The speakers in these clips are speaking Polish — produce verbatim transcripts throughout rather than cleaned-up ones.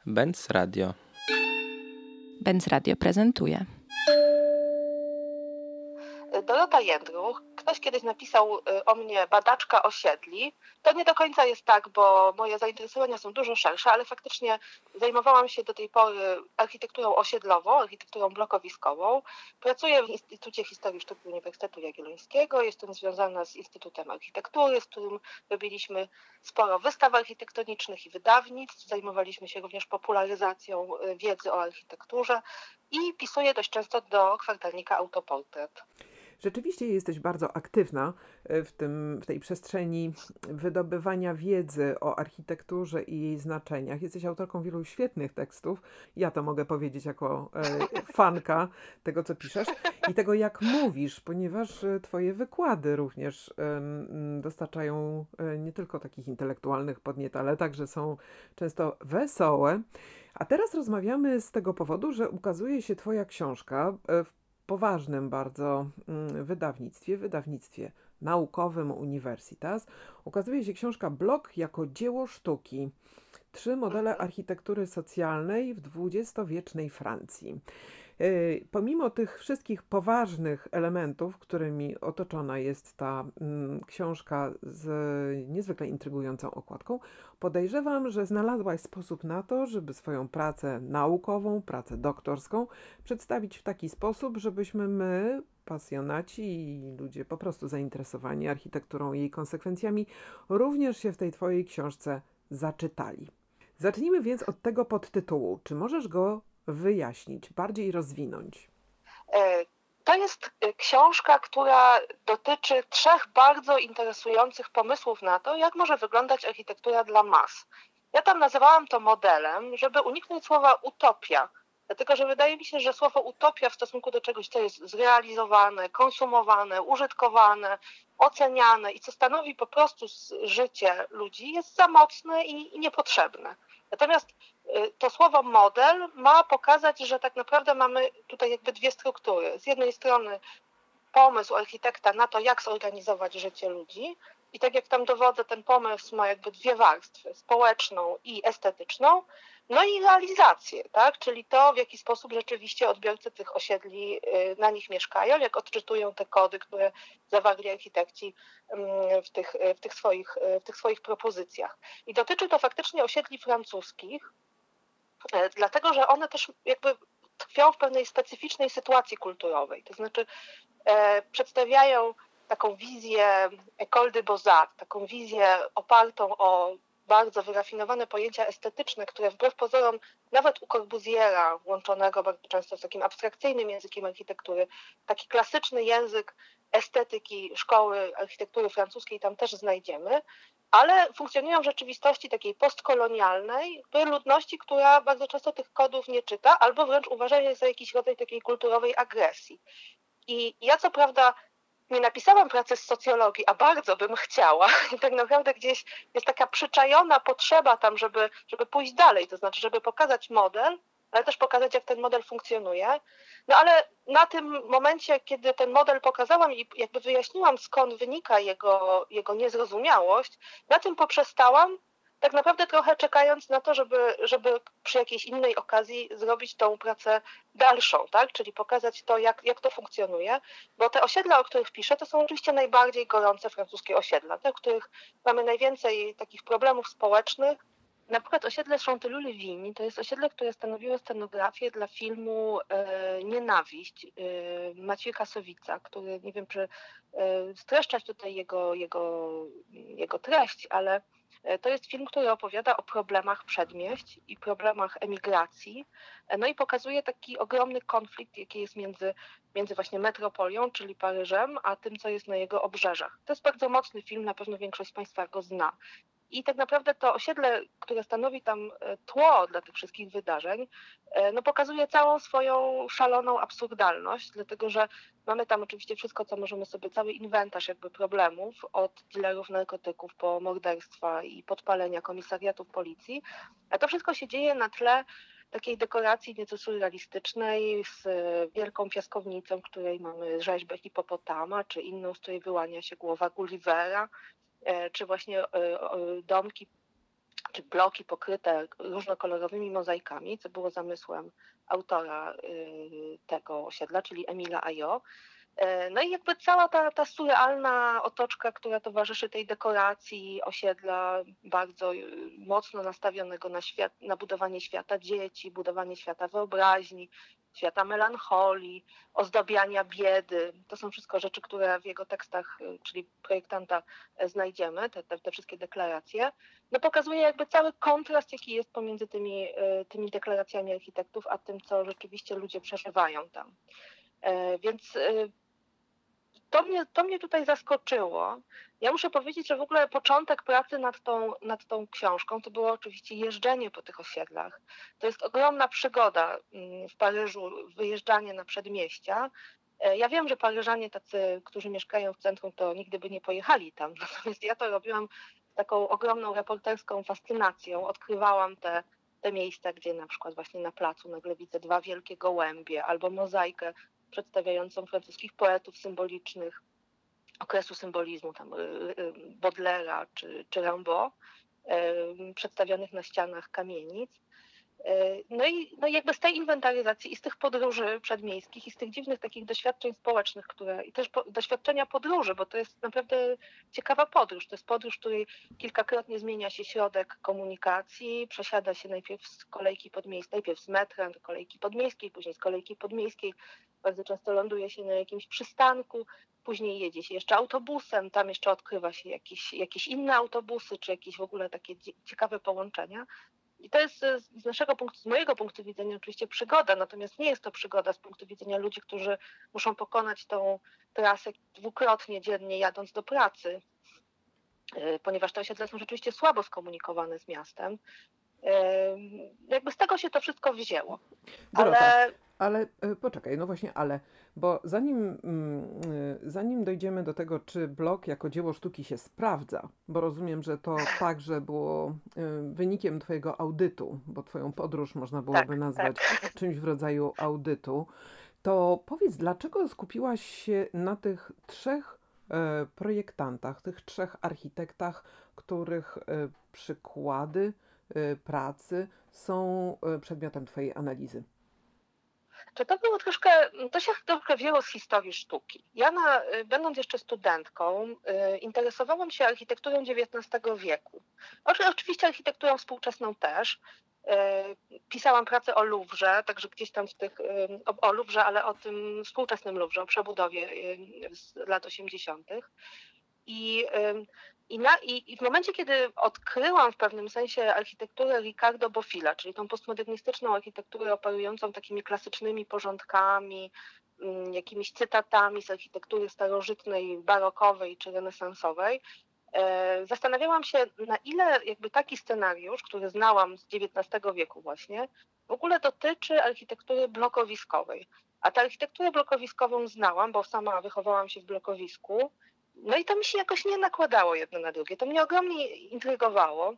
Benz Radio. Benz Radio prezentuje. Dorota Jędruch, ktoś kiedyś napisał o mnie badaczka osiedli. To nie do końca jest tak, bo moje zainteresowania są dużo szersze, ale faktycznie zajmowałam się do tej pory architekturą osiedlową, architekturą blokowiskową. Pracuję w Instytucie Historii Sztuki Uniwersytetu Jagiellońskiego. Jestem związana z Instytutem Architektury, z którym robiliśmy sporo wystaw architektonicznych i wydawnictw. Zajmowaliśmy się również popularyzacją wiedzy o architekturze i pisuję dość często do kwartalnika Autoportret. Rzeczywiście jesteś bardzo aktywna w, tym, w tej przestrzeni wydobywania wiedzy o architekturze i jej znaczeniach. Jesteś autorką wielu świetnych tekstów. Ja to mogę powiedzieć jako e, fanka tego, co piszesz i tego, jak mówisz, ponieważ twoje wykłady również e, dostarczają e, nie tylko takich intelektualnych podniet, ale także są często wesołe. A teraz rozmawiamy z tego powodu, że ukazuje się twoja książka w poważnym bardzo wydawnictwie, wydawnictwie naukowym Universitas. Ukazuje się książka Blok jako dzieło sztuki. Trzy modele architektury socjalnej w dwudziestowiecznej Francji. Pomimo tych wszystkich poważnych elementów, którymi otoczona jest ta mm, książka z niezwykle intrygującą okładką, podejrzewam, że znalazłaś sposób na to, żeby swoją pracę naukową, pracę doktorską przedstawić w taki sposób, żebyśmy my, pasjonaci i ludzie po prostu zainteresowani architekturą i jej konsekwencjami, również się w tej twojej książce zaczytali. Zacznijmy więc od tego podtytułu. Czy możesz go wyjaśnić, bardziej rozwinąć? To jest książka, która dotyczy trzech bardzo interesujących pomysłów na to, jak może wyglądać architektura dla mas. Ja tam nazywałam to modelem, żeby uniknąć słowa utopia, dlatego że wydaje mi się, że słowo utopia w stosunku do czegoś, co jest zrealizowane, konsumowane, użytkowane, oceniane i co stanowi po prostu życie ludzi, jest za mocne i, i niepotrzebne. Natomiast to słowo model ma pokazać, że tak naprawdę mamy tutaj jakby dwie struktury. Z jednej strony pomysł architekta na to, jak zorganizować życie ludzi i tak jak tam dowodzę, ten pomysł ma jakby dwie warstwy, społeczną i estetyczną, no i realizację, tak? Czyli to, w jaki sposób rzeczywiście odbiorcy tych osiedli na nich mieszkają, jak odczytują te kody, które zawarli architekci w tych, w tych, swoich, w tych swoich propozycjach. I dotyczy to faktycznie osiedli francuskich, dlatego że one też jakby tkwią w pewnej specyficznej sytuacji kulturowej, to znaczy e, przedstawiają taką wizję École des Beaux-Arts, taką wizję opartą o bardzo wyrafinowane pojęcia estetyczne, które wbrew pozorom nawet u Corbusiera, łączonego bardzo często z takim abstrakcyjnym językiem architektury, taki klasyczny język estetyki szkoły architektury francuskiej tam też znajdziemy, ale funkcjonują w rzeczywistości takiej postkolonialnej, ludności, która bardzo często tych kodów nie czyta, albo wręcz uważa je za jakiś rodzaj takiej kulturowej agresji. I ja co prawda nie napisałam pracy z socjologii, a bardzo bym chciała. I tak naprawdę gdzieś jest taka przyczajona potrzeba tam, żeby, żeby pójść dalej, to znaczy, żeby pokazać model, ale też pokazać, jak ten model funkcjonuje. No ale na tym momencie, kiedy ten model pokazałam i jakby wyjaśniłam, skąd wynika jego, jego niezrozumiałość, na tym poprzestałam, tak naprawdę trochę czekając na to, żeby, żeby przy jakiejś innej okazji zrobić tą pracę dalszą, tak? Czyli pokazać to, jak, jak to funkcjonuje, bo te osiedla, o których piszę, to są oczywiście najbardziej gorące francuskie osiedla, te, w których mamy najwięcej takich problemów społecznych. Na przykład osiedle Chanteloup-les-Vignes to jest osiedle, które stanowiło scenografię dla filmu e, Nienawiść e, Macieja Kasowica, który, nie wiem, czy e, streszczać tutaj jego, jego, jego treść, ale to jest film, który opowiada o problemach przedmieść i problemach emigracji, no i pokazuje taki ogromny konflikt, jaki jest między, między właśnie metropolią, czyli Paryżem, a tym, co jest na jego obrzeżach. To jest bardzo mocny film, na pewno większość z Państwa go zna. I tak naprawdę to osiedle, które stanowi tam tło dla tych wszystkich wydarzeń, no pokazuje całą swoją szaloną absurdalność, dlatego że mamy tam oczywiście wszystko, co możemy sobie, cały inwentarz jakby problemów, od dealerów narkotyków po morderstwa i podpalenia komisariatów policji, a to wszystko się dzieje na tle takiej dekoracji nieco surrealistycznej z wielką piaskownicą, w której mamy rzeźbę hipopotama, czy inną, z której wyłania się głowa Gullivera, czy właśnie domki czy bloki pokryte różnokolorowymi mozaikami, co było zamysłem autora tego osiedla, czyli Emila Ayo. No i jakby cała ta, ta surrealna otoczka, która towarzyszy tej dekoracji osiedla, bardzo mocno nastawionego na świat, na budowanie świata dzieci, budowanie świata wyobraźni, świata melancholii, ozdabiania biedy. To są wszystko rzeczy, które w jego tekstach, czyli projektanta, znajdziemy, te, te, te wszystkie deklaracje. No pokazuje jakby cały kontrast, jaki jest pomiędzy tymi, tymi deklaracjami architektów, a tym, co rzeczywiście ludzie przeżywają tam. Więc To mnie, to mnie tutaj zaskoczyło. Ja muszę powiedzieć, że w ogóle początek pracy nad tą, nad tą książką to było oczywiście jeżdżenie po tych osiedlach. To jest ogromna przygoda w Paryżu, wyjeżdżanie na przedmieścia. Ja wiem, że Paryżanie tacy, którzy mieszkają w centrum, to nigdy by nie pojechali tam. Natomiast ja to robiłam z taką ogromną reporterską fascynacją. Odkrywałam te, te miejsca, gdzie na przykład właśnie na placu nagle widzę dwa wielkie gołębie albo mozaikę przedstawiającą francuskich poetów symbolicznych okresu symbolizmu, tam Baudelaire'a czy, czy Rimbaud, przedstawionych na ścianach kamienic. No i, no i jakby z tej inwentaryzacji i z tych podróży przedmiejskich i z tych dziwnych takich doświadczeń społecznych, które i też po, doświadczenia podróży, bo to jest naprawdę ciekawa podróż. To jest podróż, w której kilkakrotnie zmienia się środek komunikacji, przesiada się najpierw z kolejki podmiejskiej, najpierw z metrem do kolejki podmiejskiej, później z kolejki podmiejskiej. Bardzo często ląduje się na jakimś przystanku, później jedzie się jeszcze autobusem, tam jeszcze odkrywa się jakieś, jakieś inne autobusy, czy jakieś w ogóle takie ciekawe połączenia. I to jest z naszego punktu, z mojego punktu widzenia oczywiście przygoda, natomiast nie jest to przygoda z punktu widzenia ludzi, którzy muszą pokonać tą trasę dwukrotnie dziennie jadąc do pracy, ponieważ te osiedle są rzeczywiście słabo skomunikowane z miastem. Jakby z tego się to wszystko wzięło. Dorota, ale... ale poczekaj, no właśnie, ale, bo zanim, zanim dojdziemy do tego, czy blok jako dzieło sztuki się sprawdza, bo rozumiem, że to także było wynikiem twojego audytu, bo twoją podróż można byłoby tak, nazwać tak. czymś w rodzaju audytu, to powiedz, dlaczego skupiłaś się na tych trzech projektantach, tych trzech architektach, których przykłady pracy są przedmiotem twojej analizy? Czy to było troszkę, to się troszkę wzięło z historii sztuki. Ja na, będąc jeszcze studentką, interesowałam się architekturą dziewiętnastego wieku. Oczywiście architekturą współczesną też. Pisałam pracę o Louvre, także gdzieś tam w tych, o, o Louvre, ale o tym współczesnym Louvre, o przebudowie z lat osiemdziesiątych. I, i, na, i, I w momencie, kiedy odkryłam w pewnym sensie architekturę Ricardo Bofill, czyli tą postmodernistyczną architekturę operującą takimi klasycznymi porządkami, jakimiś cytatami z architektury starożytnej, barokowej czy renesansowej, zastanawiałam się, na ile jakby taki scenariusz, który znałam z dziewiętnastego wieku właśnie, w ogóle dotyczy architektury blokowiskowej. A tę architekturę blokowiskową znałam, bo sama wychowałam się w blokowisku. No i to mi się jakoś nie nakładało jedno na drugie. To mnie ogromnie intrygowało.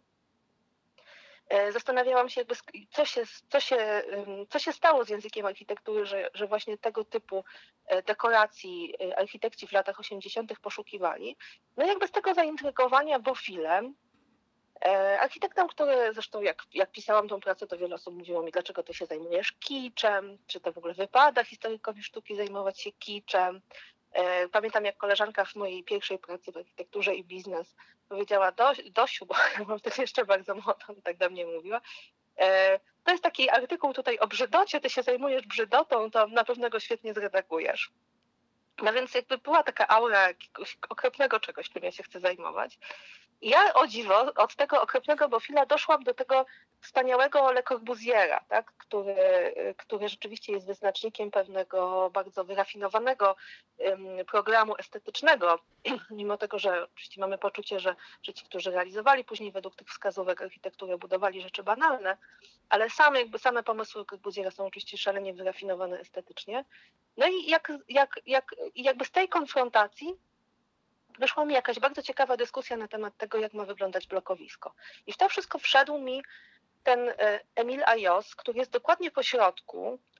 Zastanawiałam się, jakby co, się, co, się, co się stało z językiem architektury, że, że właśnie tego typu dekoracji architekci w latach osiemdziesiątych poszukiwali. No i jakby z tego zaintrygowania Bofillem, architektem, który zresztą jak, jak pisałam tą pracę, to wiele osób mówiło mi, dlaczego ty się zajmujesz kiczem, czy to w ogóle wypada historykowi sztuki zajmować się kiczem. Pamiętam, jak koleżanka w mojej pierwszej pracy w architekturze i biznes powiedziała, Do, Dosiu, bo byłam wtedy jeszcze bardzo młoda, tak do mnie mówiła, to jest taki artykuł tutaj o brzydocie, ty się zajmujesz brzydotą, to na pewno go świetnie zredagujesz. No więc jakby była taka aura jakiegoś okropnego czegoś, czym ja się chcę zajmować. I ja, o dziwo, od tego okropnego Bofilla doszłam do tego wspaniałego Le Corbusiera, tak? który, który rzeczywiście jest wyznacznikiem pewnego bardzo wyrafinowanego um, programu estetycznego, mimo tego, że oczywiście mamy poczucie, że, że ci, którzy realizowali później według tych wskazówek architekturę, budowali rzeczy banalne, ale same, jakby same pomysły Corbusiera są oczywiście szalenie wyrafinowane estetycznie. No i jak, jak, jak, jakby z tej konfrontacji wyszła mi jakaś bardzo ciekawa dyskusja na temat tego, jak ma wyglądać blokowisko. I w to wszystko wszedł mi ten Emile Ayo, który jest dokładnie po środku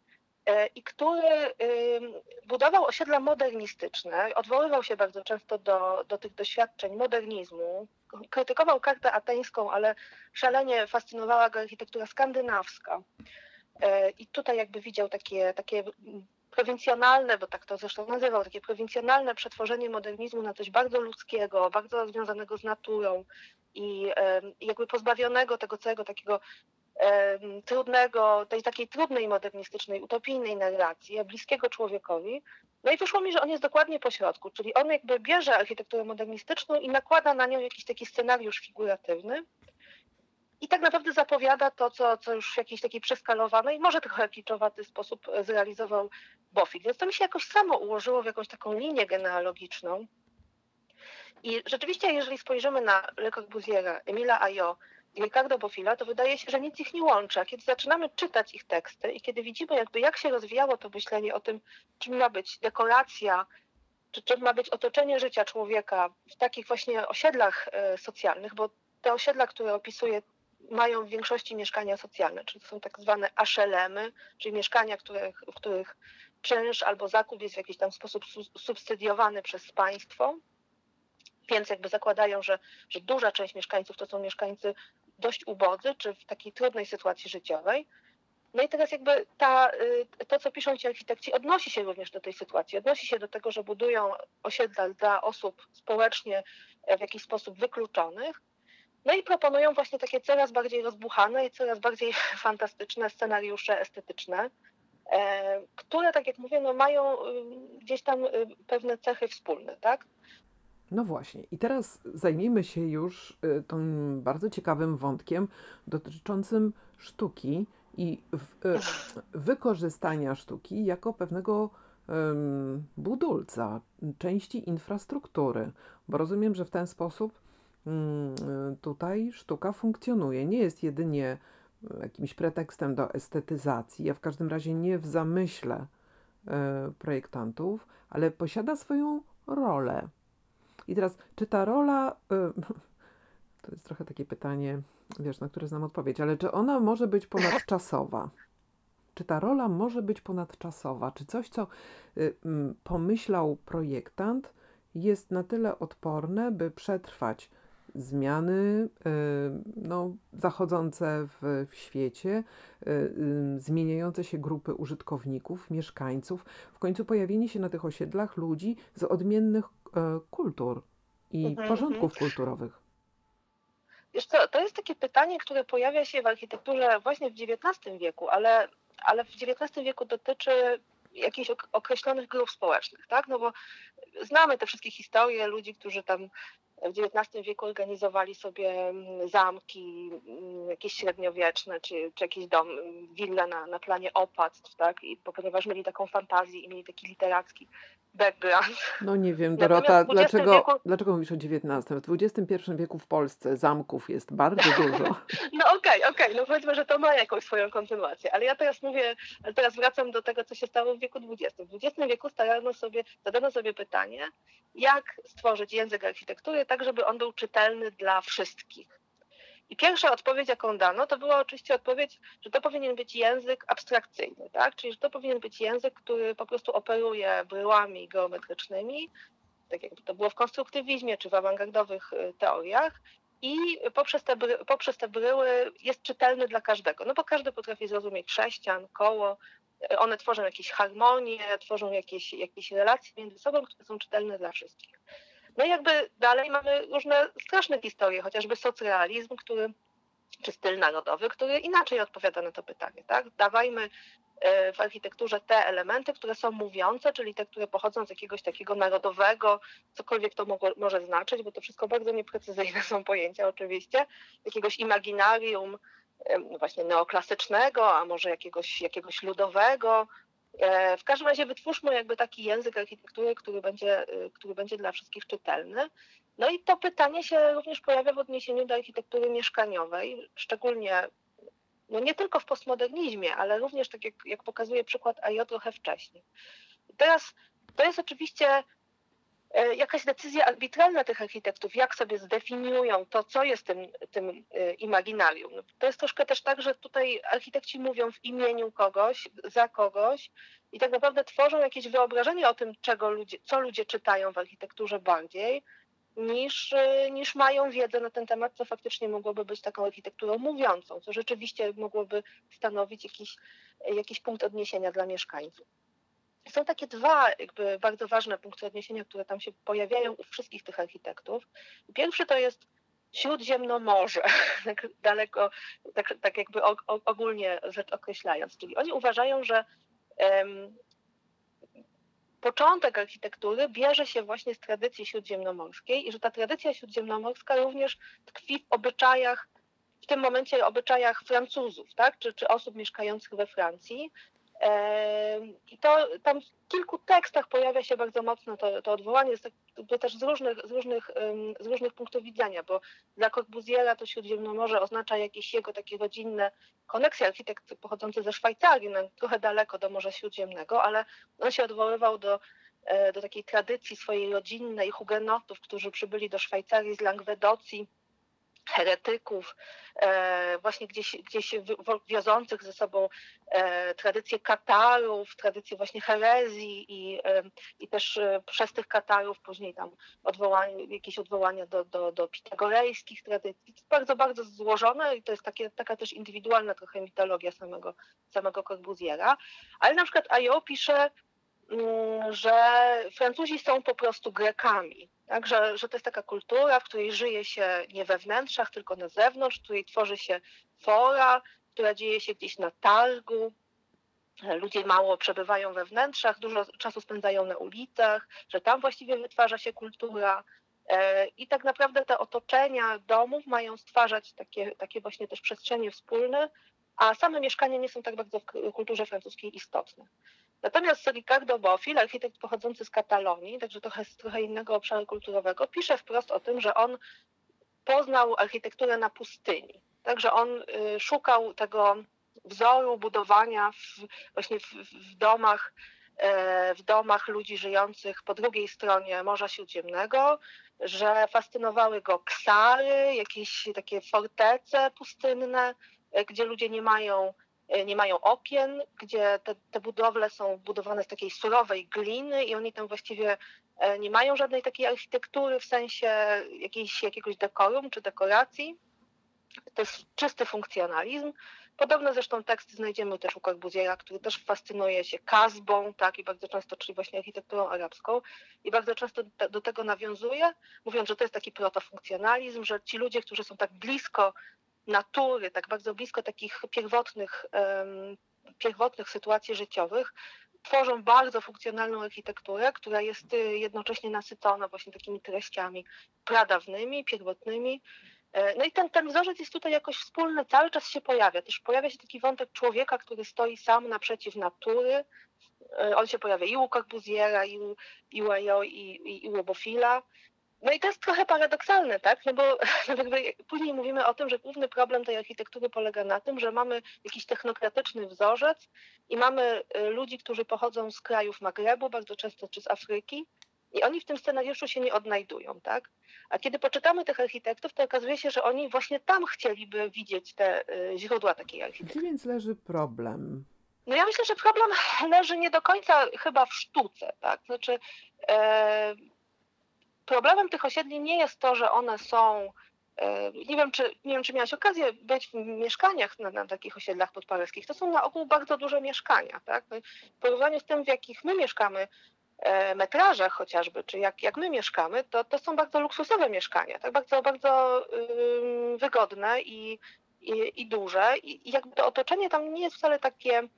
i który budował osiedla modernistyczne, odwoływał się bardzo często do, do tych doświadczeń modernizmu, krytykował kartę ateńską, ale szalenie fascynowała go architektura skandynawska. I tutaj jakby widział takie, takie prowincjonalne, bo tak to zresztą nazywał, takie prowincjonalne przetworzenie modernizmu na coś bardzo ludzkiego, bardzo związanego z naturą i jakby pozbawionego tego całego takiego trudnego, tej takiej trudnej, modernistycznej, utopijnej narracji, bliskiego człowiekowi. No i wyszło mi, że on jest dokładnie po środku, czyli on jakby bierze architekturę modernistyczną i nakłada na nią jakiś taki scenariusz figuratywny i tak naprawdę zapowiada to, co, co już w jakiejś takiej przeskalowanej, może trochę kiczowaty sposób zrealizował Bofill. Więc to mi się jakoś samo ułożyło w jakąś taką linię genealogiczną. I rzeczywiście, jeżeli spojrzymy na Le Corbusiera, Emila Ayotte i Ricardo Bofilla, to wydaje się, że nic ich nie łączy. A kiedy zaczynamy czytać ich teksty i kiedy widzimy, jakby jak się rozwijało to myślenie o tym, czym ma być dekoracja, czy czym ma być otoczenie życia człowieka w takich właśnie osiedlach socjalnych, bo te osiedla, które opisuję, mają w większości mieszkania socjalne, czyli to są tak zwane aszelemy, czyli mieszkania, których, w których czynsz albo zakup jest w jakiś tam sposób subsydiowany przez państwo. Więc jakby zakładają, że, że duża część mieszkańców to są mieszkańcy dość ubodzy, czy w takiej trudnej sytuacji życiowej. No i teraz jakby ta, to, co piszą ci architekci, odnosi się również do tej sytuacji. Odnosi się do tego, że budują osiedla dla osób społecznie w jakiś sposób wykluczonych. No i proponują właśnie takie coraz bardziej rozbuchane i coraz bardziej fantastyczne scenariusze estetyczne, które, tak jak mówię, no mają gdzieś tam pewne cechy wspólne, tak? No właśnie. I teraz zajmijmy się już tym bardzo ciekawym wątkiem dotyczącym sztuki i wykorzystania sztuki jako pewnego um, budulca, części infrastruktury, bo rozumiem, że w ten sposób um, tutaj sztuka funkcjonuje. Nie jest jedynie jakimś pretekstem do estetyzacji, a w każdym razie nie w zamyśle y, projektantów, ale posiada swoją rolę. I teraz, czy ta rola, to jest trochę takie pytanie, wiesz, na które znam odpowiedź, ale czy ona może być ponadczasowa? Czy ta rola może być ponadczasowa? Czy coś, co pomyślał projektant, jest na tyle odporne, by przetrwać zmiany no, zachodzące w, w świecie, zmieniające się grupy użytkowników, mieszkańców, w końcu pojawienie się na tych osiedlach ludzi z odmiennych kultur i Mhm, porządków mhm. kulturowych? Wiesz co, to jest takie pytanie, które pojawia się w architekturze właśnie w dziewiętnastym wieku, ale, ale w dziewiętnastym wieku dotyczy jakichś ok- określonych grup społecznych, tak? No bo znamy te wszystkie historie ludzi, którzy tam w dziewiętnastym wieku organizowali sobie zamki jakieś średniowieczne, czy, czy jakiś dom, willę na, na planie opactw, tak? I ponieważ mieli taką fantazję i mieli taki literacki background. No nie wiem, Natomiast Dorota, w dwudziestym dlaczego, wieku dlaczego mówisz o dziewiętnastym? W dwudziestym pierwszym wieku w Polsce zamków jest bardzo dużo. No okej, okay, okej, okay. No powiedzmy, że to ma jakąś swoją kontynuację, ale ja teraz mówię, teraz wracam do tego, co się stało w wieku dwudziestym. W dwudziestym wieku starano sobie, zadano sobie pytanie, jak stworzyć język architektury tak, żeby on był czytelny dla wszystkich. I pierwsza odpowiedź, jaką dano, to była oczywiście odpowiedź, że to powinien być język abstrakcyjny, tak? Czyli że to powinien być język, który po prostu operuje bryłami geometrycznymi, tak jakby to było w konstruktywizmie czy w awangardowych teoriach, i poprzez te, bry, poprzez te bryły jest czytelny dla każdego, no bo każdy potrafi zrozumieć sześcian, koło, one tworzą jakieś harmonie, tworzą jakieś, jakieś relacje między sobą, które są czytelne dla wszystkich. No i jakby dalej mamy różne straszne historie, chociażby socrealizm, który, czy styl narodowy, który inaczej odpowiada na to pytanie, tak? Dawajmy w architekturze te elementy, które są mówiące, czyli te, które pochodzą z jakiegoś takiego narodowego, cokolwiek to mogło, może znaczyć, bo to wszystko bardzo nieprecyzyjne są pojęcia oczywiście, jakiegoś imaginarium właśnie neoklasycznego, a może jakiegoś, jakiegoś ludowego. W każdym razie wytwórzmy jakby taki język architektury, który będzie, który będzie dla wszystkich czytelny. No i to pytanie się również pojawia w odniesieniu do architektury mieszkaniowej, szczególnie no nie tylko w postmodernizmie, ale również, tak jak, jak pokazuje przykład Ayotte, trochę wcześniej. I teraz to jest oczywiście jakaś decyzja arbitralna tych architektów, jak sobie zdefiniują to, co jest tym, tym imaginarium. To jest troszkę też tak, że tutaj architekci mówią w imieniu kogoś, za kogoś i tak naprawdę tworzą jakieś wyobrażenie o tym, czego ludzie, co ludzie czytają w architekturze bardziej, niż, niż mają wiedzę na ten temat, co faktycznie mogłoby być taką architekturą mówiącą, co rzeczywiście mogłoby stanowić jakiś, jakiś punkt odniesienia dla mieszkańców. Są takie dwa jakby bardzo ważne punkty odniesienia, które tam się pojawiają u wszystkich tych architektów. Pierwszy to jest Śródziemnomorze, tak daleko, tak, tak jakby ogólnie rzecz określając. Czyli oni uważają, że um, początek architektury bierze się właśnie z tradycji śródziemnomorskiej i że ta tradycja śródziemnomorska również tkwi w obyczajach, w tym momencie obyczajach Francuzów, tak? czy, czy osób mieszkających we Francji. I to tam w kilku tekstach pojawia się bardzo mocno to, to odwołanie, jest to też z różnych, z, różnych, z różnych punktów widzenia, bo dla Corbusiera to Śródziemnomorze oznacza jakieś jego takie rodzinne koneksje. Architekt pochodzący ze Szwajcarii, no, trochę daleko do Morza Śródziemnego, ale on się odwoływał do, do takiej tradycji swojej rodzinnej hugenotów, którzy przybyli do Szwajcarii z Langwedocji, heretyków, właśnie gdzieś, gdzieś wiązących ze sobą tradycję Katarów, tradycję właśnie herezji i, i też przez tych Katarów później tam odwołania, jakieś odwołania do, do, do pitagorejskich tradycji. To jest bardzo, bardzo złożone i to jest takie, taka też indywidualna trochę mitologia samego, samego Corbusiera. Ale na przykład Ayot pisze, że Francuzi są po prostu Grekami. Tak, że, że to jest taka kultura, w której żyje się nie we wnętrzach, tylko na zewnątrz, w której tworzy się fora, która dzieje się gdzieś na targu. Ludzie mało przebywają we wnętrzach, dużo czasu spędzają na ulicach, że tam właściwie wytwarza się kultura. I tak naprawdę te otoczenia domów mają stwarzać takie, takie właśnie też przestrzenie wspólne, a same mieszkania nie są tak bardzo w kulturze francuskiej istotne. Natomiast Ricardo Bofill, architekt pochodzący z Katalonii, także trochę z trochę innego obszaru kulturowego, pisze wprost o tym, że on poznał architekturę na pustyni. Także on y, szukał tego wzoru budowania w, właśnie w, w domach, y, w domach ludzi żyjących po drugiej stronie Morza Śródziemnego, że fascynowały go ksary, jakieś takie fortece pustynne, y, gdzie ludzie nie mają nie mają okien, gdzie te, te budowle są budowane z takiej surowej gliny i oni tam właściwie nie mają żadnej takiej architektury w sensie jakiejś, jakiegoś dekorum czy dekoracji. To jest czysty funkcjonalizm. Podobne zresztą teksty znajdziemy też u Corbusiera, który też fascynuje się Kasbą, tak, i bardzo często, czyli właśnie architekturą arabską, i bardzo często do, do tego nawiązuje, mówiąc, że to jest taki protofunkcjonalizm, że ci ludzie, którzy są tak blisko natury, tak bardzo blisko takich pierwotnych, um, pierwotnych sytuacji życiowych, tworzą bardzo funkcjonalną architekturę, która jest jednocześnie nasycona właśnie takimi treściami pradawnymi, pierwotnymi. No i ten, ten wzorzec jest tutaj jakoś wspólny, cały czas się pojawia. Też pojawia się taki wątek człowieka, który stoi sam naprzeciw natury. On się pojawia i u Corbusiera, i u, i u Ayot, i, i, i u Boffilla. No i to jest trochę paradoksalne, tak? No bo jakby później mówimy o tym, że główny problem tej architektury polega na tym, że mamy jakiś technokratyczny wzorzec i mamy ludzi, którzy pochodzą z krajów Magrebu, bardzo często czy z Afryki, i oni w tym scenariuszu się nie odnajdują, tak? A kiedy poczytamy tych architektów, to okazuje się, że oni właśnie tam chcieliby widzieć te źródła takiej architektury. Gdzie więc leży problem? No ja myślę, że problem leży nie do końca chyba w sztuce, tak? Znaczy e, problemem tych osiedli nie jest to, że one są, e, nie wiem, czy, nie wiem, czy miałaś okazję być w mieszkaniach na, na takich osiedlach podpareskich. To są na ogół bardzo duże mieszkania, tak? W porównaniu z tym, w jakich my mieszkamy, metrażach chociażby, czy jak, jak my mieszkamy, to, to są bardzo luksusowe mieszkania, tak bardzo, bardzo yy, wygodne i, i, i duże. I, I jakby to otoczenie tam nie jest wcale takie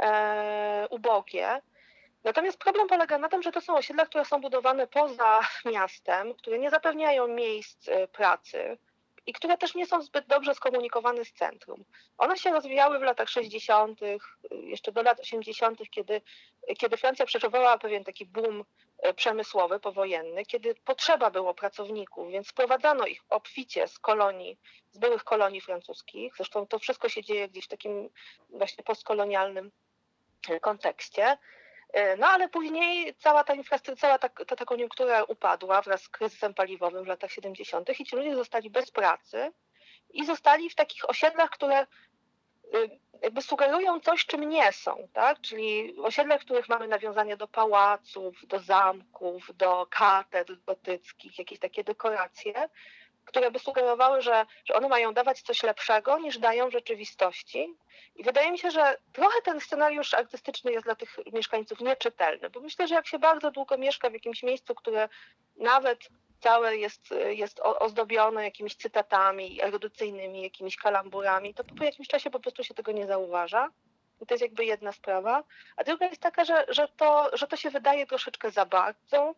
e, ubogie. Natomiast problem polega na tym, że to są osiedla, które są budowane poza miastem, które nie zapewniają miejsc pracy i które też nie są zbyt dobrze skomunikowane z centrum. One się rozwijały w latach sześćdziesiątych, jeszcze do lat osiemdziesiątych, kiedy, kiedy Francja przeżywała pewien taki boom przemysłowy, powojenny, kiedy potrzeba było pracowników, więc sprowadzano ich obficie z kolonii, z byłych kolonii francuskich. Zresztą to wszystko się dzieje gdzieś w takim właśnie postkolonialnym kontekście. No ale później cała ta infrastruktura, cała ta, ta, ta koniunktura upadła wraz z kryzysem paliwowym w latach siedemdziesiątych i ci ludzie zostali bez pracy i zostali w takich osiedlach, które jakby sugerują coś, czym nie są, tak? Czyli osiedlach, w których mamy nawiązania do pałaców, do zamków, do katedr gotyckich, jakieś takie dekoracje, które by sugerowały, że, że one mają dawać coś lepszego niż dają w rzeczywistości. I wydaje mi się, że trochę ten scenariusz artystyczny jest dla tych mieszkańców nieczytelny, bo myślę, że jak się bardzo długo mieszka w jakimś miejscu, które nawet całe jest, jest ozdobione jakimiś cytatami erudycyjnymi, jakimiś kalamburami, to po jakimś czasie po prostu się tego nie zauważa. I to jest jakby jedna sprawa. A druga jest taka, że, że, to, że to się wydaje troszeczkę za bardzo,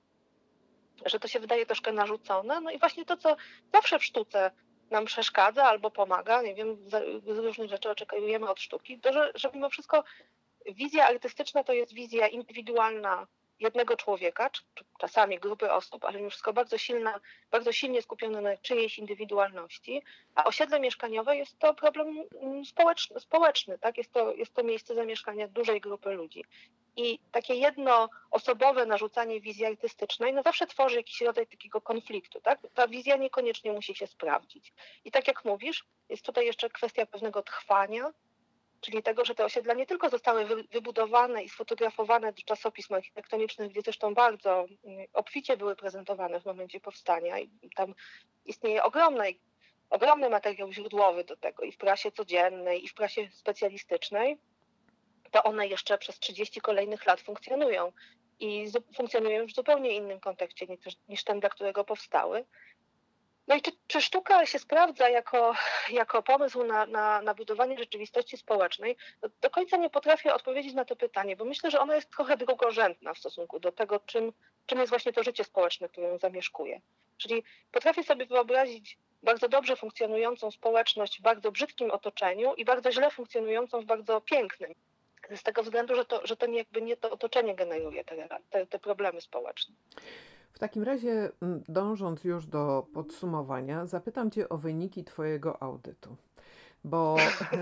że to się wydaje troszkę narzucone. No i właśnie to, co zawsze w sztuce nam przeszkadza albo pomaga, nie wiem, z różnych rzeczy oczekujemy od sztuki, to, że, że mimo wszystko wizja artystyczna to jest wizja indywidualna jednego człowieka, czy, czy czasami grupy osób, ale mimo wszystko bardzo silna, bardzo silnie skupiona na czyjejś indywidualności, a osiedle mieszkaniowe jest to problem społeczny, społeczny, tak? Jest to, jest to miejsce zamieszkania dużej grupy ludzi. I takie jednoosobowe narzucanie wizji artystycznej no zawsze tworzy jakiś rodzaj takiego konfliktu, tak? Ta wizja niekoniecznie musi się sprawdzić. I tak jak mówisz, jest tutaj jeszcze kwestia pewnego trwania, czyli tego, że te osiedla nie tylko zostały wybudowane i sfotografowane do czasopism architektonicznych, gdzie zresztą bardzo obficie były prezentowane w momencie powstania i tam istnieje ogromny, ogromny materiał źródłowy do tego i w prasie codziennej, i w prasie specjalistycznej, to one jeszcze przez trzydzieści kolejnych lat funkcjonują i funkcjonują już w zupełnie innym kontekście niż ten, dla którego powstały. No i czy, czy sztuka się sprawdza jako, jako pomysł na, na, na budowanie rzeczywistości społecznej? Do, do końca nie potrafię odpowiedzieć na to pytanie, bo myślę, że ona jest trochę drugorzędna w stosunku do tego, czym, czym jest właśnie to życie społeczne, które ją zamieszkuje. Czyli potrafię sobie wyobrazić bardzo dobrze funkcjonującą społeczność w bardzo brzydkim otoczeniu i bardzo źle funkcjonującą w bardzo pięknym. Z tego względu, że to, że to nie, jakby nie to otoczenie generuje te, te, te problemy społeczne. W takim razie, dążąc już do podsumowania, zapytam Cię o wyniki Twojego audytu, bo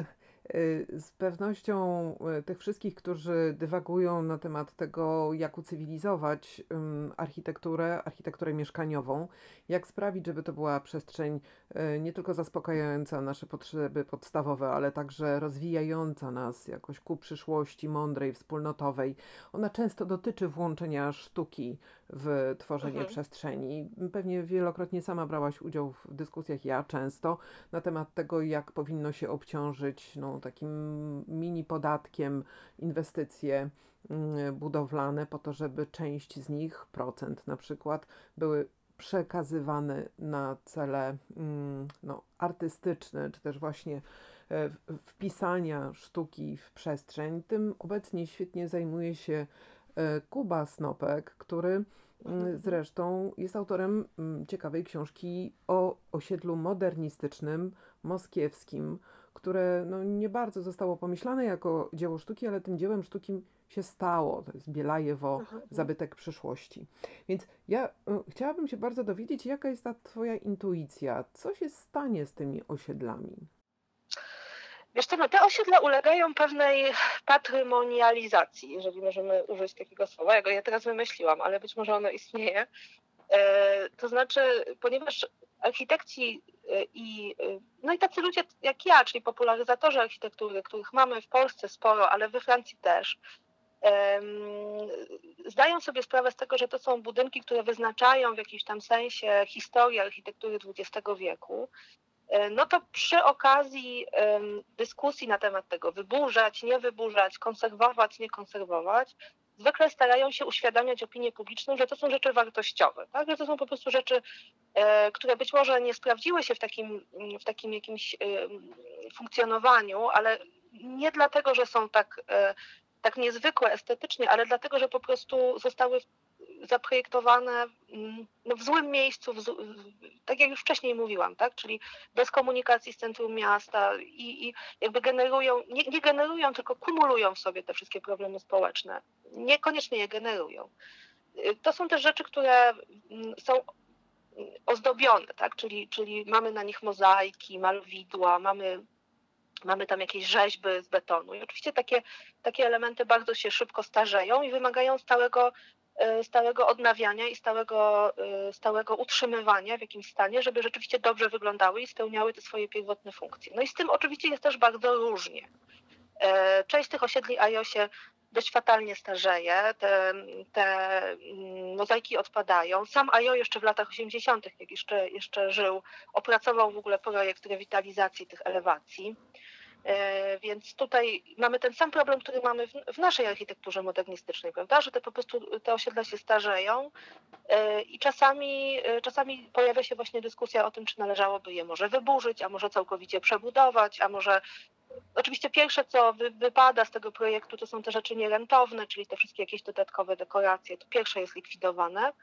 z pewnością tych wszystkich, którzy dywagują na temat tego, jak ucywilizować architekturę, architekturę mieszkaniową, jak sprawić, żeby to była przestrzeń nie tylko zaspokajająca nasze potrzeby podstawowe, ale także rozwijająca nas jakoś ku przyszłości mądrej, wspólnotowej. Ona często dotyczy włączenia sztuki w tworzenie mhm. przestrzeni. Pewnie wielokrotnie sama brałaś udział w dyskusjach, ja często, na temat tego, jak powinno się obciążyć no, takim mini podatkiem inwestycje budowlane po to, żeby część z nich, procent na przykład, były przekazywane na cele no, artystyczne, czy też właśnie wpisania sztuki w przestrzeń. Tym obecnie świetnie zajmuje się Kuba Snopek, który zresztą jest autorem ciekawej książki o osiedlu modernistycznym moskiewskim, które no, nie bardzo zostało pomyślane jako dzieło sztuki, ale tym dziełem sztuki się stało. To jest Bielajewo, mhm. zabytek przyszłości. Więc ja y, chciałabym się bardzo dowiedzieć, jaka jest ta Twoja intuicja? Co się stanie z tymi osiedlami? Wiesz co, no te osiedla ulegają pewnej patrymonializacji, jeżeli możemy użyć takiego słowa. Ja go ja teraz wymyśliłam, ale być może ono istnieje. E, to znaczy, ponieważ architekci i no i tacy ludzie jak ja, czyli popularyzatorzy architektury, których mamy w Polsce sporo, ale we Francji też, um, zdają sobie sprawę z tego, że to są budynki, które wyznaczają w jakimś tam sensie historię architektury dwudziestego wieku. No to przy okazji um, dyskusji na temat tego wyburzać, nie wyburzać, konserwować, nie konserwować, zwykle starają się uświadamiać opinię publiczną, że to są rzeczy wartościowe, tak? Że to są po prostu rzeczy, e, które być może nie sprawdziły się w takim, w takim jakimś e, funkcjonowaniu, ale nie dlatego, że są tak, e, tak niezwykłe estetycznie, ale dlatego, że po prostu zostały zaprojektowane no, w złym miejscu, w, tak jak już wcześniej mówiłam, tak? Czyli bez komunikacji z centrum miasta i, i jakby generują, nie, nie generują, tylko kumulują w sobie te wszystkie problemy społeczne. Niekoniecznie je generują. To są też rzeczy, które są ozdobione, tak? Czyli, czyli mamy na nich mozaiki, malowidła, mamy mamy tam jakieś rzeźby z betonu. I oczywiście takie, takie elementy bardzo się szybko starzeją i wymagają stałego, stałego odnawiania i stałego, stałego utrzymywania w jakimś stanie, żeby rzeczywiście dobrze wyglądały i spełniały te swoje pierwotne funkcje. No i z tym oczywiście jest też bardzo różnie. Część tych osiedli A I O się dość fatalnie starzeje, te, te mozaiki odpadają. Sam A I O jeszcze w latach osiemdziesiątych, jak jeszcze, jeszcze żył, opracował w ogóle projekt rewitalizacji tych elewacji. Więc tutaj mamy ten sam problem, który mamy w, w naszej architekturze modernistycznej, prawda, że te po prostu te osiedla się starzeją i czasami, czasami pojawia się właśnie dyskusja o tym, czy należałoby je może wyburzyć, a może całkowicie przebudować, a może... Oczywiście pierwsze, co wy, wypada z tego projektu, to są te rzeczy nierentowne, czyli te wszystkie jakieś dodatkowe dekoracje, to pierwsze jest likwidowane,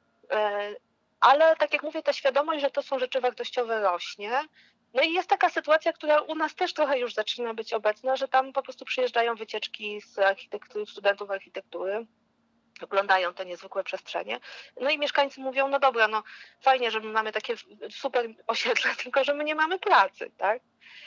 ale tak jak mówię, ta świadomość, że to są rzeczy wartościowe rośnie. No i jest taka sytuacja, która u nas też trochę już zaczyna być obecna, że tam po prostu przyjeżdżają wycieczki z architektury, studentów architektury, oglądają te niezwykłe przestrzenie. No i mieszkańcy mówią, no dobra, no fajnie, że my mamy takie super osiedle, tylko że my nie mamy pracy, tak?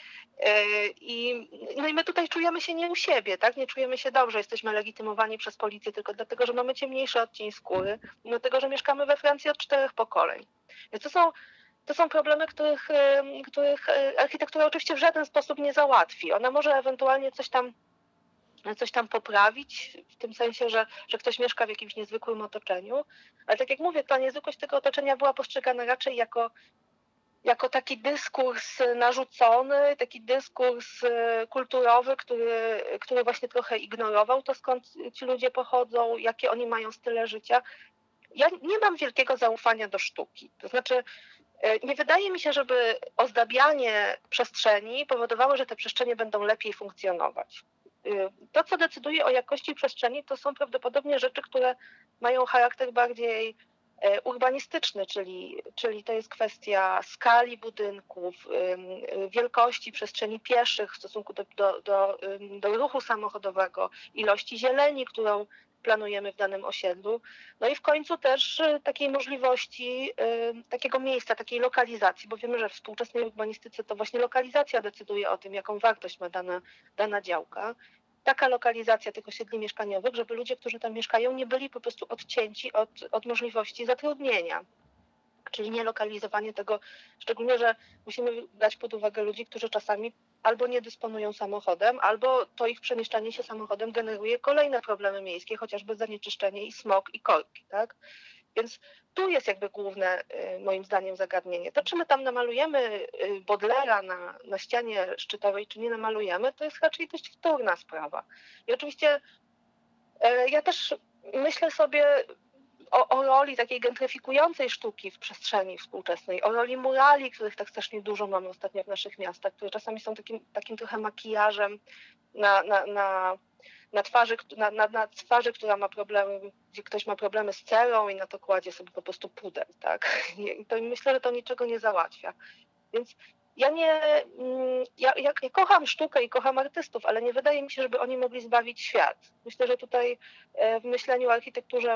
I, no i my tutaj czujemy się nie u siebie, tak? Nie czujemy się dobrze, jesteśmy legitymowani przez policję tylko dlatego, że mamy ciemniejszy odcień skóry, dlatego, że mieszkamy we Francji od czterech pokoleń. Więc to są To są problemy, których, których architektura oczywiście w żaden sposób nie załatwi. Ona może ewentualnie coś tam, coś tam poprawić, w tym sensie, że, że ktoś mieszka w jakimś niezwykłym otoczeniu, ale tak jak mówię, ta niezwykłość tego otoczenia była postrzegana raczej jako, jako taki dyskurs narzucony, taki dyskurs kulturowy, który, który właśnie trochę ignorował to, skąd ci ludzie pochodzą, jakie oni mają style życia. Ja nie mam wielkiego zaufania do sztuki, to znaczy nie wydaje mi się, żeby ozdabianie przestrzeni powodowało, że te przestrzenie będą lepiej funkcjonować. To, co decyduje o jakości przestrzeni, to są prawdopodobnie rzeczy, które mają charakter bardziej urbanistyczny, czyli, czyli to jest kwestia skali budynków, wielkości przestrzeni pieszych w stosunku do, do, do, do ruchu samochodowego, ilości zieleni, którą planujemy w danym osiedlu. No i w końcu też takiej możliwości, takiego miejsca, takiej lokalizacji, bo wiemy, że w współczesnej urbanistyce to właśnie lokalizacja decyduje o tym, jaką wartość ma dana, dana działka. Taka lokalizacja tych osiedli mieszkaniowych, żeby ludzie, którzy tam mieszkają, nie byli po prostu odcięci od, od możliwości zatrudnienia. Czyli nie lokalizowanie tego, szczególnie, że musimy brać pod uwagę ludzi, którzy czasami albo nie dysponują samochodem, albo to ich przemieszczanie się samochodem generuje kolejne problemy miejskie, chociażby zanieczyszczenie i smog i korki, tak? Więc tu jest jakby główne, moim zdaniem, zagadnienie. To, czy my tam namalujemy Bodlera na, na ścianie szczytowej, czy nie namalujemy, to jest raczej dość wtórna sprawa. I oczywiście ja też myślę sobie o, o roli takiej gentryfikującej sztuki w przestrzeni współczesnej, o roli murali, których tak strasznie dużo mamy ostatnio w naszych miastach, które czasami są takim, takim trochę makijażem na, na, na, na, twarzy, na, na, na twarzy, która ma problemy, gdzie ktoś ma problemy z cerą i na to kładzie sobie po prostu puder, tak? I to myślę, że to niczego nie załatwia. Więc ja nie, ja, ja, ja kocham sztukę i kocham artystów, ale nie wydaje mi się, żeby oni mogli zbawić świat. Myślę, że tutaj w myśleniu o architekturze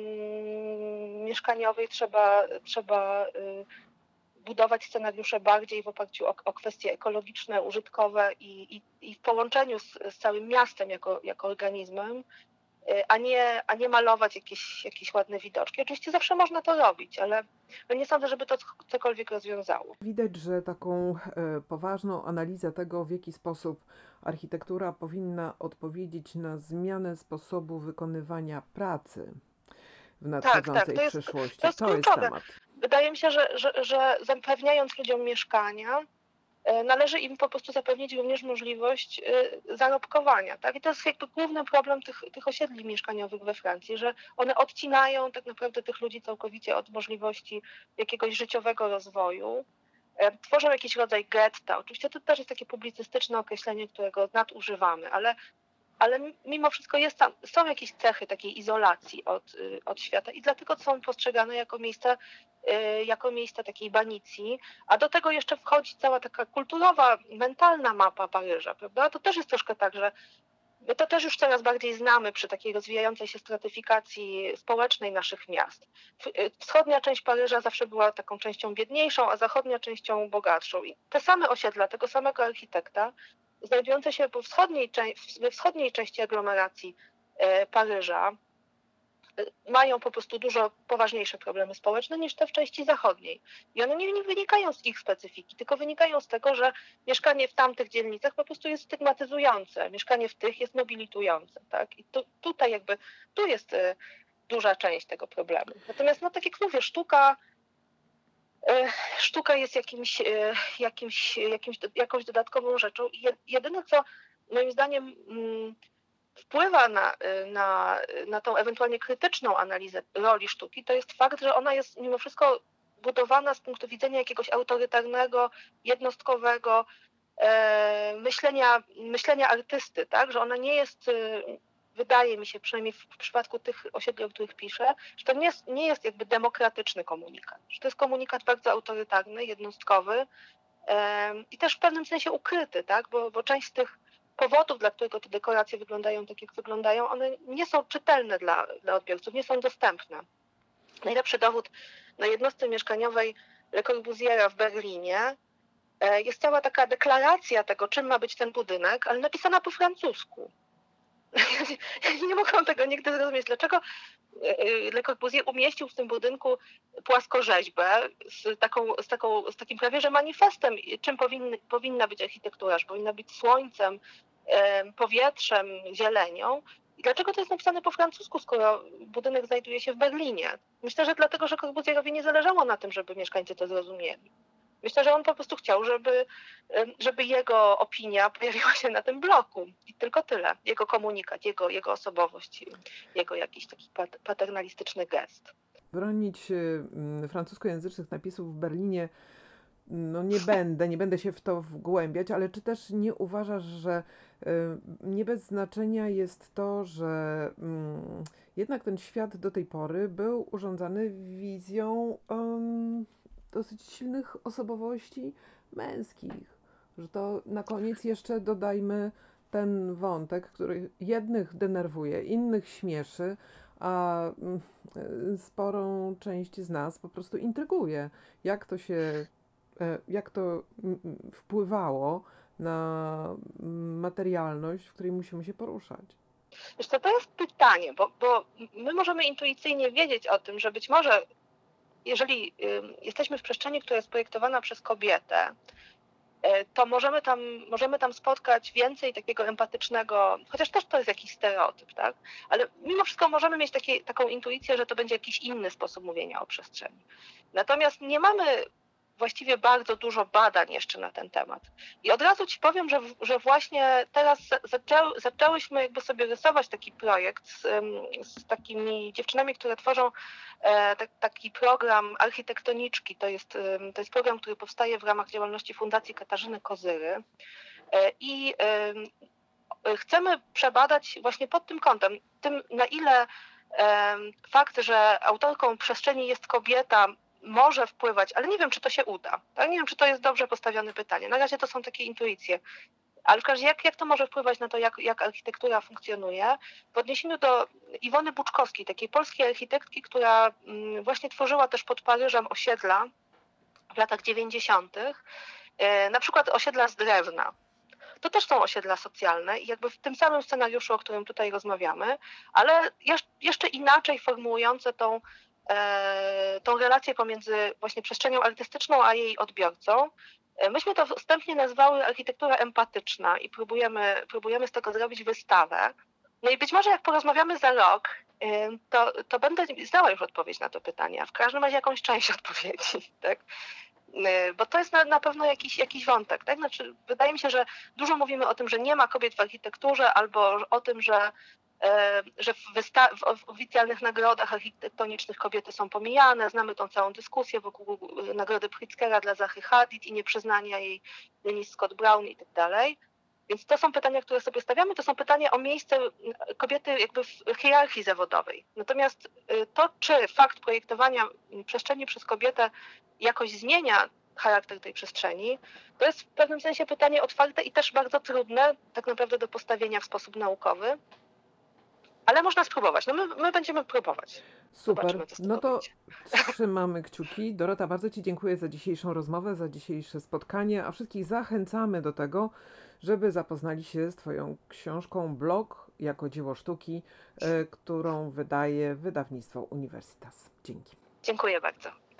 mm, mieszkaniowej trzeba, trzeba budować scenariusze bardziej w oparciu o, o kwestie ekologiczne, użytkowe i, i, i w połączeniu z, z całym miastem jako, jako organizmem, a nie, a nie malować jakieś, jakieś ładne widoczki. Oczywiście zawsze można to robić, ale nie sądzę, żeby to cokolwiek rozwiązało. Widać, że taką e, poważną analizę tego, w jaki sposób architektura powinna odpowiedzieć na zmianę sposobu wykonywania pracy w nadchodzącej tak, tak, to jest, przyszłości. To jest to kluczowe. Jest temat. Wydaje mi się, że, że, że zapewniając ludziom mieszkania, należy im po prostu zapewnić również możliwość zarobkowania. Tak? I to jest jakby główny problem tych, tych osiedli mieszkaniowych we Francji, że one odcinają tak naprawdę tych ludzi całkowicie od możliwości jakiegoś życiowego rozwoju. Tworzą jakiś rodzaj getta. Oczywiście to też jest takie publicystyczne określenie, którego nadużywamy, ale ale mimo wszystko jest tam, są jakieś cechy takiej izolacji od, od świata i dlatego są postrzegane jako miejsca, jako miejsca takiej banicji, a do tego jeszcze wchodzi cała taka kulturowa, mentalna mapa Paryża, prawda? To też jest troszkę tak, że my to też już coraz bardziej znamy przy takiej rozwijającej się stratyfikacji społecznej naszych miast. Wschodnia część Paryża zawsze była taką częścią biedniejszą, a zachodnia częścią bogatszą. I te same osiedla, tego samego architekta znajdujące się po wschodniej, we wschodniej części aglomeracji Paryża mają po prostu dużo poważniejsze problemy społeczne niż te w części zachodniej. I one nie wynikają z ich specyfiki, tylko wynikają z tego, że mieszkanie w tamtych dzielnicach po prostu jest stygmatyzujące, mieszkanie w tych jest nobilitujące. Tak? I tu, tutaj jakby, tu jest duża część tego problemu. Natomiast, no tak jak mówię, sztuka, sztuka jest jakimś, jakimś, jakimś, jakąś dodatkową rzeczą i jedyne, co moim zdaniem wpływa na, na, na tą ewentualnie krytyczną analizę roli sztuki, to jest fakt, że ona jest mimo wszystko budowana z punktu widzenia jakiegoś autorytarnego, jednostkowego e, myślenia, myślenia artysty, tak? Że ona nie jest, wydaje mi się, przynajmniej w przypadku tych osiedli, o których piszę, że to nie jest, nie jest jakby demokratyczny komunikat, że to jest komunikat bardzo autorytarny, jednostkowy e, i też w pewnym sensie ukryty, tak? Bo, bo część z tych powodów, dla którego te dekoracje wyglądają tak, jak wyglądają, one nie są czytelne dla, dla odbiorców, nie są dostępne. Najlepszy dowód na jednostce mieszkaniowej Le Corbusiera w Berlinie jest cała taka deklaracja tego, czym ma być ten budynek, ale napisana po francusku. Ja nie mogłam tego nigdy zrozumieć, dlaczego Le Corbusier umieścił w tym budynku płaskorzeźbę z, taką, z, taką, z takim prawie że manifestem, czym powinny, powinna być architektura, że powinna być słońcem, powietrzem, zielenią. I dlaczego to jest napisane po francusku, skoro budynek znajduje się w Berlinie? Myślę, że dlatego, że Corbusierowi nie zależało na tym, żeby mieszkańcy to zrozumieli. Myślę, że on po prostu chciał, żeby, żeby jego opinia pojawiła się na tym bloku. I tylko tyle. Jego komunikat, jego, jego osobowość, jego jakiś taki paternalistyczny gest. Bronić francuskojęzycznych napisów w Berlinie no nie będę, nie będę się w to wgłębiać, ale czy też nie uważasz, że nie bez znaczenia jest to, że mm, jednak ten świat do tej pory był urządzany wizją um, dosyć silnych osobowości męskich, że to na koniec jeszcze dodajmy ten wątek, który jednych denerwuje, innych śmieszy, a sporą część z nas po prostu intryguje, jak to się jak to wpływało na materialność, w której musimy się poruszać? Wiesz co, to jest pytanie, bo, bo my możemy intuicyjnie wiedzieć o tym, że być może jeżeli jesteśmy w przestrzeni, która jest projektowana przez kobietę, to możemy tam, możemy tam spotkać więcej takiego empatycznego, chociaż też to jest jakiś stereotyp, tak? Ale mimo wszystko możemy mieć takie, taką intuicję, że to będzie jakiś inny sposób mówienia o przestrzeni. Natomiast nie mamy właściwie bardzo dużo badań jeszcze na ten temat. I od razu ci powiem, że, że właśnie teraz zaczęły, zaczęłyśmy jakby sobie rysować taki projekt z, z takimi dziewczynami, które tworzą e, tak, taki program Architektoniczki. To jest, to jest program, który powstaje w ramach działalności Fundacji Katarzyny Kozyry. E, I e, chcemy przebadać właśnie pod tym kątem, tym na ile e, fakt, że autorką przestrzeni jest kobieta, może wpływać, ale nie wiem, czy to się uda. Tak? Nie wiem, czy to jest dobrze postawione pytanie. Na razie to są takie intuicje. Ale w każdym razie, jak, jak to może wpływać na to, jak, jak architektura funkcjonuje? W odniesieniu do Iwony Buczkowskiej, takiej polskiej architektki, która właśnie tworzyła też pod Paryżem osiedla w latach dziewięćdziesiątych, na przykład osiedla z drewna. To też są osiedla socjalne i jakby w tym samym scenariuszu, o którym tutaj rozmawiamy, ale jeszcze inaczej formułujące tą tą relację pomiędzy właśnie przestrzenią artystyczną a jej odbiorcą. Myśmy to wstępnie nazwały architektura empatyczna i próbujemy, próbujemy z tego zrobić wystawę. No i być może jak porozmawiamy za rok, to, to będę znała już odpowiedź na to pytanie, a w każdym razie jakąś część odpowiedzi, tak? Bo to jest na, na pewno jakiś, jakiś wątek, tak? Znaczy, wydaje mi się, że dużo mówimy o tym, że nie ma kobiet w architekturze, albo o tym, że że w, wysta- w oficjalnych nagrodach architektonicznych kobiety są pomijane. Znamy tą całą dyskusję wokół nagrody Pritzkera dla Zachy Hadid i nieprzyznania jej Denise Scott Brown i tak dalej. Więc to są pytania, które sobie stawiamy, to są pytania o miejsce kobiety jakby w hierarchii zawodowej. Natomiast to, czy fakt projektowania przestrzeni przez kobietę jakoś zmienia charakter tej przestrzeni, to jest w pewnym sensie pytanie otwarte i też bardzo trudne tak naprawdę do postawienia w sposób naukowy. Ale można spróbować. No my, my będziemy próbować. Super. Zobaczymy, co z No tego to wyjdzie. trzymamy kciuki. Dorota, bardzo Ci dziękuję za dzisiejszą rozmowę, za dzisiejsze spotkanie, a wszystkich zachęcamy do tego, żeby zapoznali się z Twoją książką Blog jako dzieło sztuki, y, którą wydaje wydawnictwo Universitas. Dzięki. Dziękuję bardzo.